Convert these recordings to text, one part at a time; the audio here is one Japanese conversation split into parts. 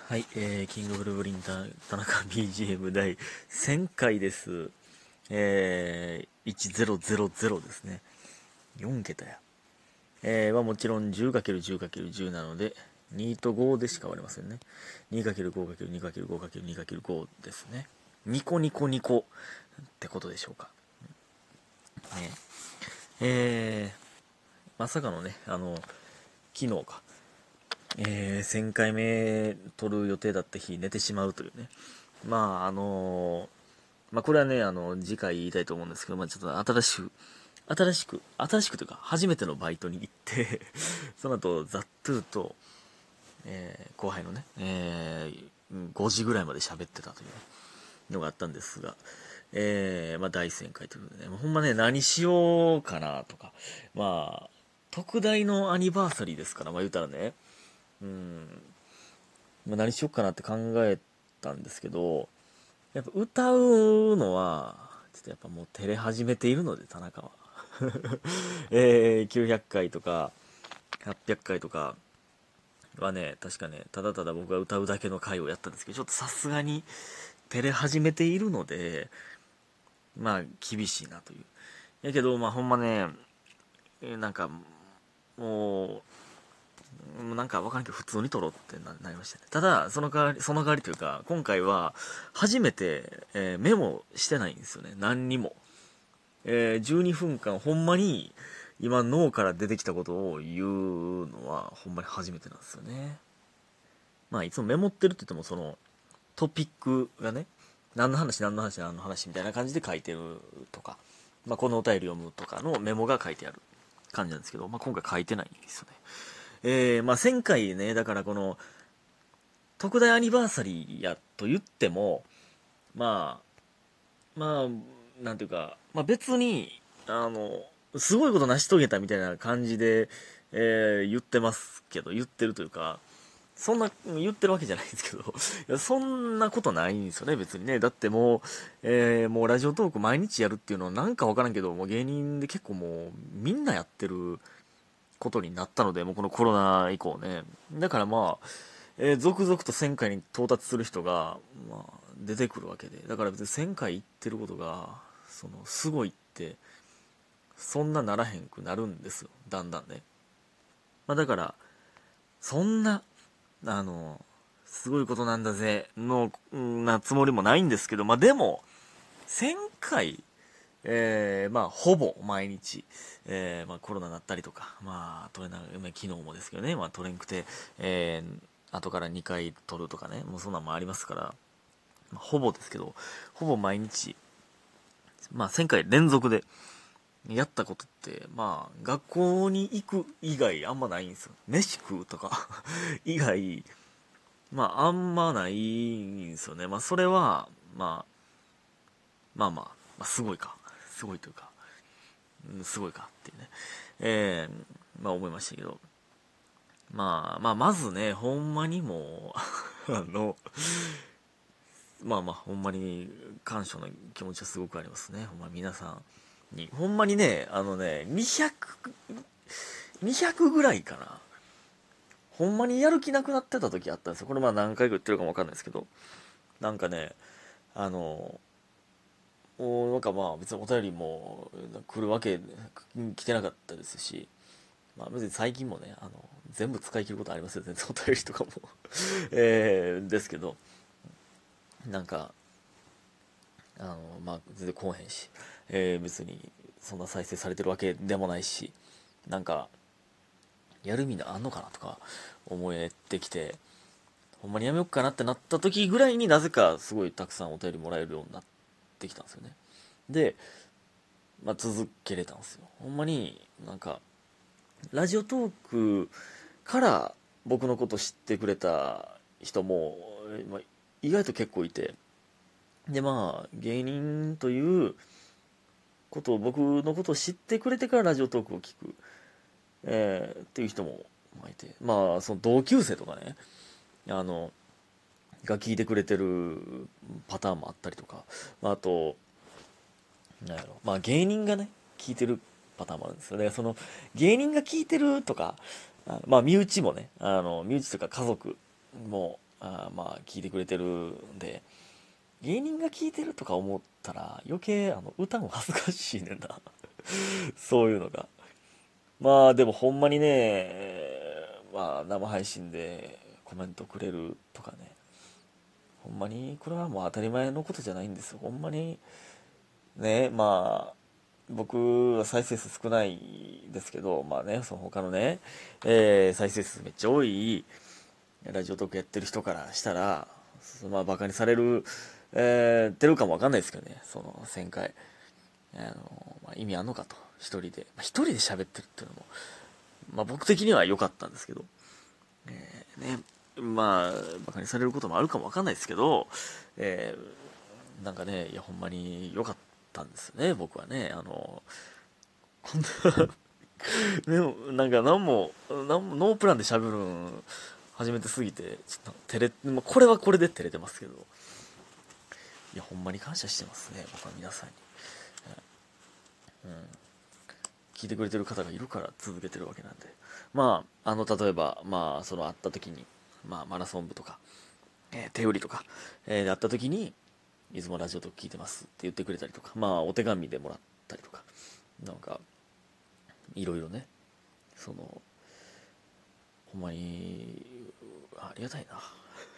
はい、キングブルーブリン田中 BGM 第1000回です。1000ですね。4桁や。もちろん 10×10×10 なので、2と5でしか割れませんね。2×5×2×5×2×5 ですね。ニコニコニコってことでしょうか。ね、まさかのね、昨日か。1000回目撮る予定だった日寝てしまうというね。これはね、次回言いたいと思うんですけど、ちょっと新しくというか、初めてのバイトに行ってその後、ザットゥーと、後輩のね、5時ぐらいまで喋ってたというのがあったんですが、第1000回ということでね、ほんまね、何しようかなとか、特大のアニバーサリーですから、言うたらね、何しよっかなって考えたんですけど、やっぱ歌うのは、ちょっとやっぱもう照れ始めているので、田中は。900回とか、800回とかはね、確かね、ただただ僕が歌うだけの回をやったんですけど、ちょっとさすがに照れ始めているので、厳しいなという。やけど、ほんまね、なんか、もなんかわからんけど普通に撮ろうってなりましたね。ただその代わりというか、今回は初めて、メモしてないんですよね。何にも、12分間ほんまに今脳から出てきたことを言うのはほんまに初めてなんですよね。いつもメモってるって言っても、そのトピックがね、何の話みたいな感じで書いてるとか、このお便り読むとかのメモが書いてある感じなんですけど、今回書いてないんですよね。1000回ね、だからこの、特大アニバーサリーやと言っても、まなんていうか、別に、すごいこと成し遂げたみたいな感じで、言ってますけど、言ってるというか、そんな、言ってるわけじゃないんですけど、いや、そんなことないんですよね、別にね。だってもう、もうラジオトーク毎日やるっていうのはなんかわからんけど、もう芸人で結構もう、みんなやってることになったので、もうこのコロナ以降ね。だから続々と1000回に到達する人が、出てくるわけで。だから別に1000回行ってることが、すごいって、そんなならへんくなるんですよ。だんだんね。だから、そんな、あの、すごいことなんだぜ、なつもりもないんですけど、でも、1000回、ほぼ毎日、コロナになったりとか、取れない、昨日もですけどね、取れんくて、後から2回取るとかね、もうそんなんもありますから、ほぼですけど、ほぼ毎日、1000回連続でやったことって、学校に行く以外あんまないんですよ。飯食うとか以外、あんまないんですよね。それは、すごいか。すごいというか、すごいかっていうね。思いましたけど。まずね、ほんまにもうほんまに感謝の気持ちはすごくありますね。ほんま皆さんに。ほんまにね、200ぐらいかな。ほんまにやる気なくなってた時あったんですよ。これ何回か言ってるかもわかんないですけど。なんかね、あの、なんか別にお便りも来るわけ、来てなかったですし、別に最近もね、全部使い切ることありますよ、全然お便りとかもですけど、なんか、全然来おへんし、別にそんな再生されてるわけでもないし、なんか、やる意味あんのかなとか思えてきて、ほんまにやめよっかなってなった時ぐらいになぜかすごいたくさんお便りもらえるようになってきたんですよね。で、続けれたんですよ。ほんまになんか、ラジオトークから僕のこと知ってくれた人も、意外と結構いて、で芸人ということを、僕のことを知ってくれてからラジオトークを聞く、っていう人もいて、その同級生とかね、が聞いてくれてるパターンもあったりとか、あと、なんやろ、芸人がね、聞いてるパターンもあるんですよ。だからその、芸人が聞いてるとか、身内もね、身内とか家族もまあ聞いてくれてるんで、芸人が聞いてるとか思ったら余計歌も恥ずかしいねんなそういうのが。まあでもほんまにね、まあ生配信でコメントくれるとかね、ほんまにこれはもう当たり前のことじゃないんですよ。ほんまにね、まあ僕は再生数少ないですけど、まあね、その他のね、再生数めっちゃ多いラジオトークやってる人からしたら、まあバカにされる、てるかもわかんないですけどね、その1000回。まあ、意味あんのかと。一人で。まあ、一人で喋ってるっていうのも、まあ僕的には良かったんですけど、ね、まあ、バカにされることもあるかもわかんないですけど、なんかね、いやほんまに良かったんですよね、僕はね。こんなでも、なんか何もノープランで喋るん初めてすぎて、ちょっとまあ、これはこれで照れてますけど、いや、ほんまに感謝してますね、僕は皆さんに。うん、聞いてくれてる方がいるから続けてるわけなんで。まあ、例えば、まあ、その会った時に、まあ、マラソン部とか、手売りとか、で会った時に、いつもラジオと聞いてますって言ってくれたりとか、まあ、お手紙でもらったりとか、なんか、いろいろね、その、ほんまに、ありがたいな。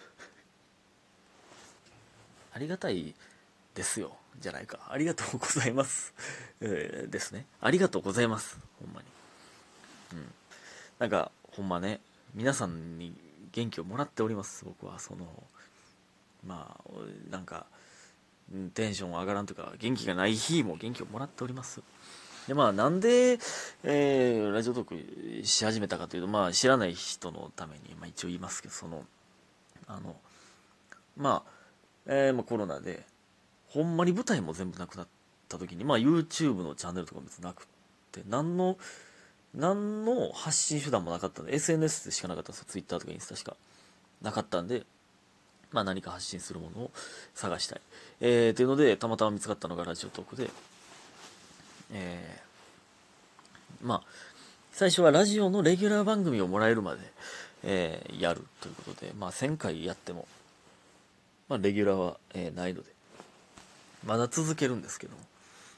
ありがたいですよ、じゃないか。ありがとうございます。ですね。ありがとうございます。ほんまに。うん。なんか、ほんまね、皆さんに元気をもらっております、僕は。まあ、なんか、テンション上がらんというか、元気がない日も元気をもらっております。で、まあ、なんで、ラジオトークし始めたかというと、まあ、知らない人のために、まあ、一応言いますけど、あの、まあ、まあ、コロナで、ほんまに舞台も全部なくなった時に、まあ、YouTube のチャンネルとかも別になくって、何の発信手段もなかったんで、SNS でしかなかったんですよ。Twitter とかインスタしかなかったんで、まあ何か発信するものを探したい。っていうので、たまたま見つかったのがラジオトークで、まあ、最初はラジオのレギュラー番組をもらえるまで、やるということで、まあ1000回やっても、まあレギュラーは、ないので、まだ続けるんですけども、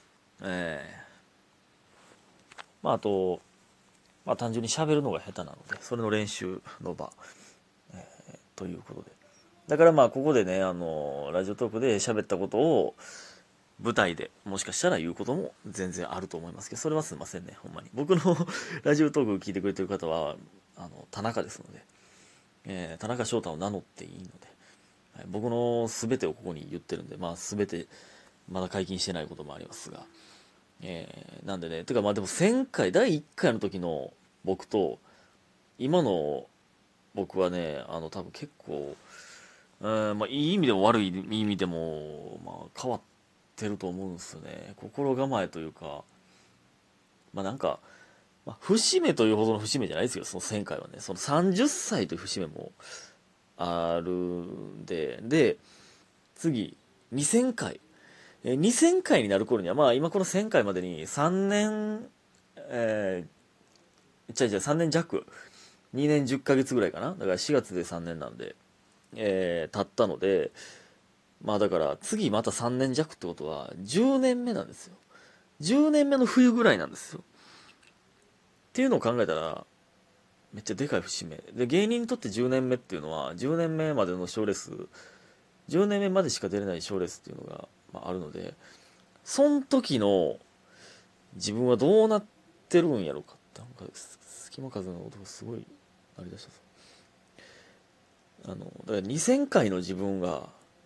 まああと、まあ単純に喋るのが下手なので、それの練習の場、ということで。だからまあここでね、ラジオトークで喋ったことを舞台でもしかしたら言うことも全然あると思いますけど、それはすいませんね、ほんまに。僕のラジオトーク聞いてくれてる方は、田中ですので、田中翔太を名乗っていいので、はい、僕の全てをここに言ってるんで、まあ全てまだ解禁してないこともありますが、なんでね、てかまあでも1000回、第1回の時の僕と、今の僕はね、多分結構、まあ、いい意味でも悪い意味でも、まあ、変わってると思うんですよね。心構えというか、まあなんか、まあ、節目というほどの節目じゃないですけど、その1000回はね、その30歳という節目もあるんで、で、次、2000回。2000回になる頃には、まあ今この1000回までに3年、3年弱、2年10ヶ月ぐらいかな。だから4月で3年なんで、経ったので、まあだから次また3年弱ってことは10年目なんですよ。10年目の冬ぐらいなんですよ。っていうのを考えたらめっちゃでかい節目で、芸人にとって10年目っていうのは10年目までの賞レース、10年目までしか出れない賞レースっていうのが、まあ、あるので、その時の自分はどうなってるんやろうかって、なんか隙間風の音がすごい鳴り出したぞ。だから2000回の自分が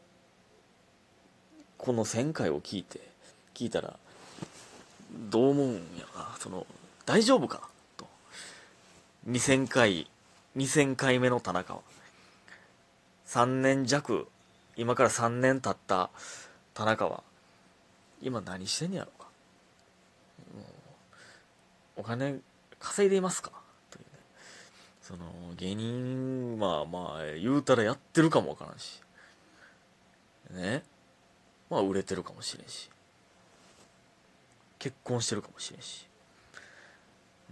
この1000回を聞いたらどう思うんやろな、大丈夫かなと。2000回2000回目の田中は3年弱、今から3年経った田中は今何してんやろうか、お金稼いでいますかというね。芸人、まあまあ言うたらやってるかもわからんしね、まあ売れてるかもしれんし、結婚してるかもしれんし、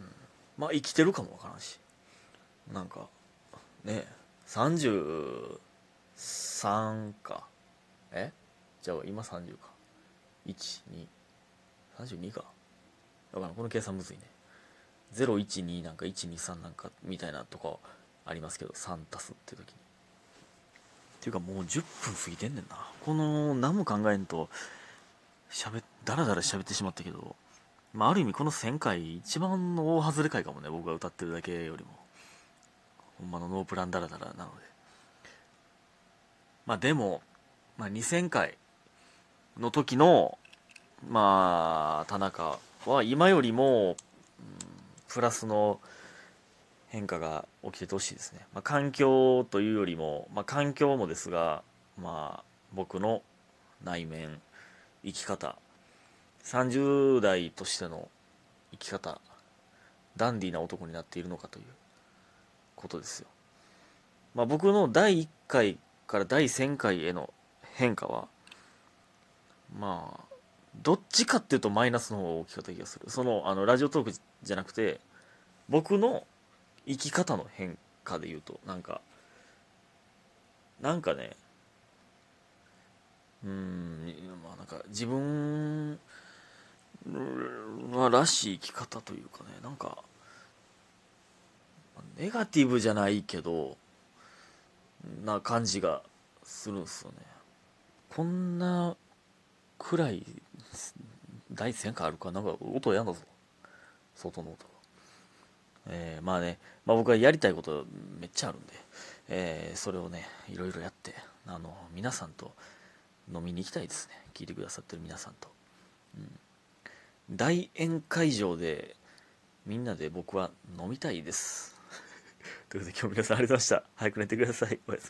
まあ生きてるかもわからんし、なんかね、30 3か。じゃあ今30か。1、2、32か。だからんこの計算むずいね。012なんか123なんかみたいなとかありますけど、3足すって時に。っていうかもう10分過ぎてんねんな。この何も考えんとだらだら喋ってしまったけど、まあ、ある意味この1000回一番の大外れ回かもね、僕が歌ってるだけよりも。ほんまのノープランダラダラなので。まあでも、まあ、2000回の時の、まあ、田中は今よりも、プラスの変化が起きててほしいですね。まあ、環境というよりも、まあ、環境もですが、まあ、僕の内面、生き方、30代としての生き方、ダンディーな男になっているのかということですよ。まあ、僕の第1回から第1000回への変化は、まあ、どっちかっていうとマイナスの方が大きかった気がする。ラジオトークじゃなくて、僕の生き方の変化で言うと、なんかね、まあなんか自分らしい生き方というかね、なんか、ネガティブじゃないけど、な感じがするんですよね。こんなくらい、第1000回あるかなんか音やんだぞ。外の音が。まあね、まあ僕はやりたいことめっちゃあるんで、それをね、いろいろやって、皆さんと飲みに行きたいですね。聞いてくださってる皆さんと。大宴会場でみんなで僕は飲みたいです。ということで今日皆さんありがとうございました。早く寝てください。おやすみ。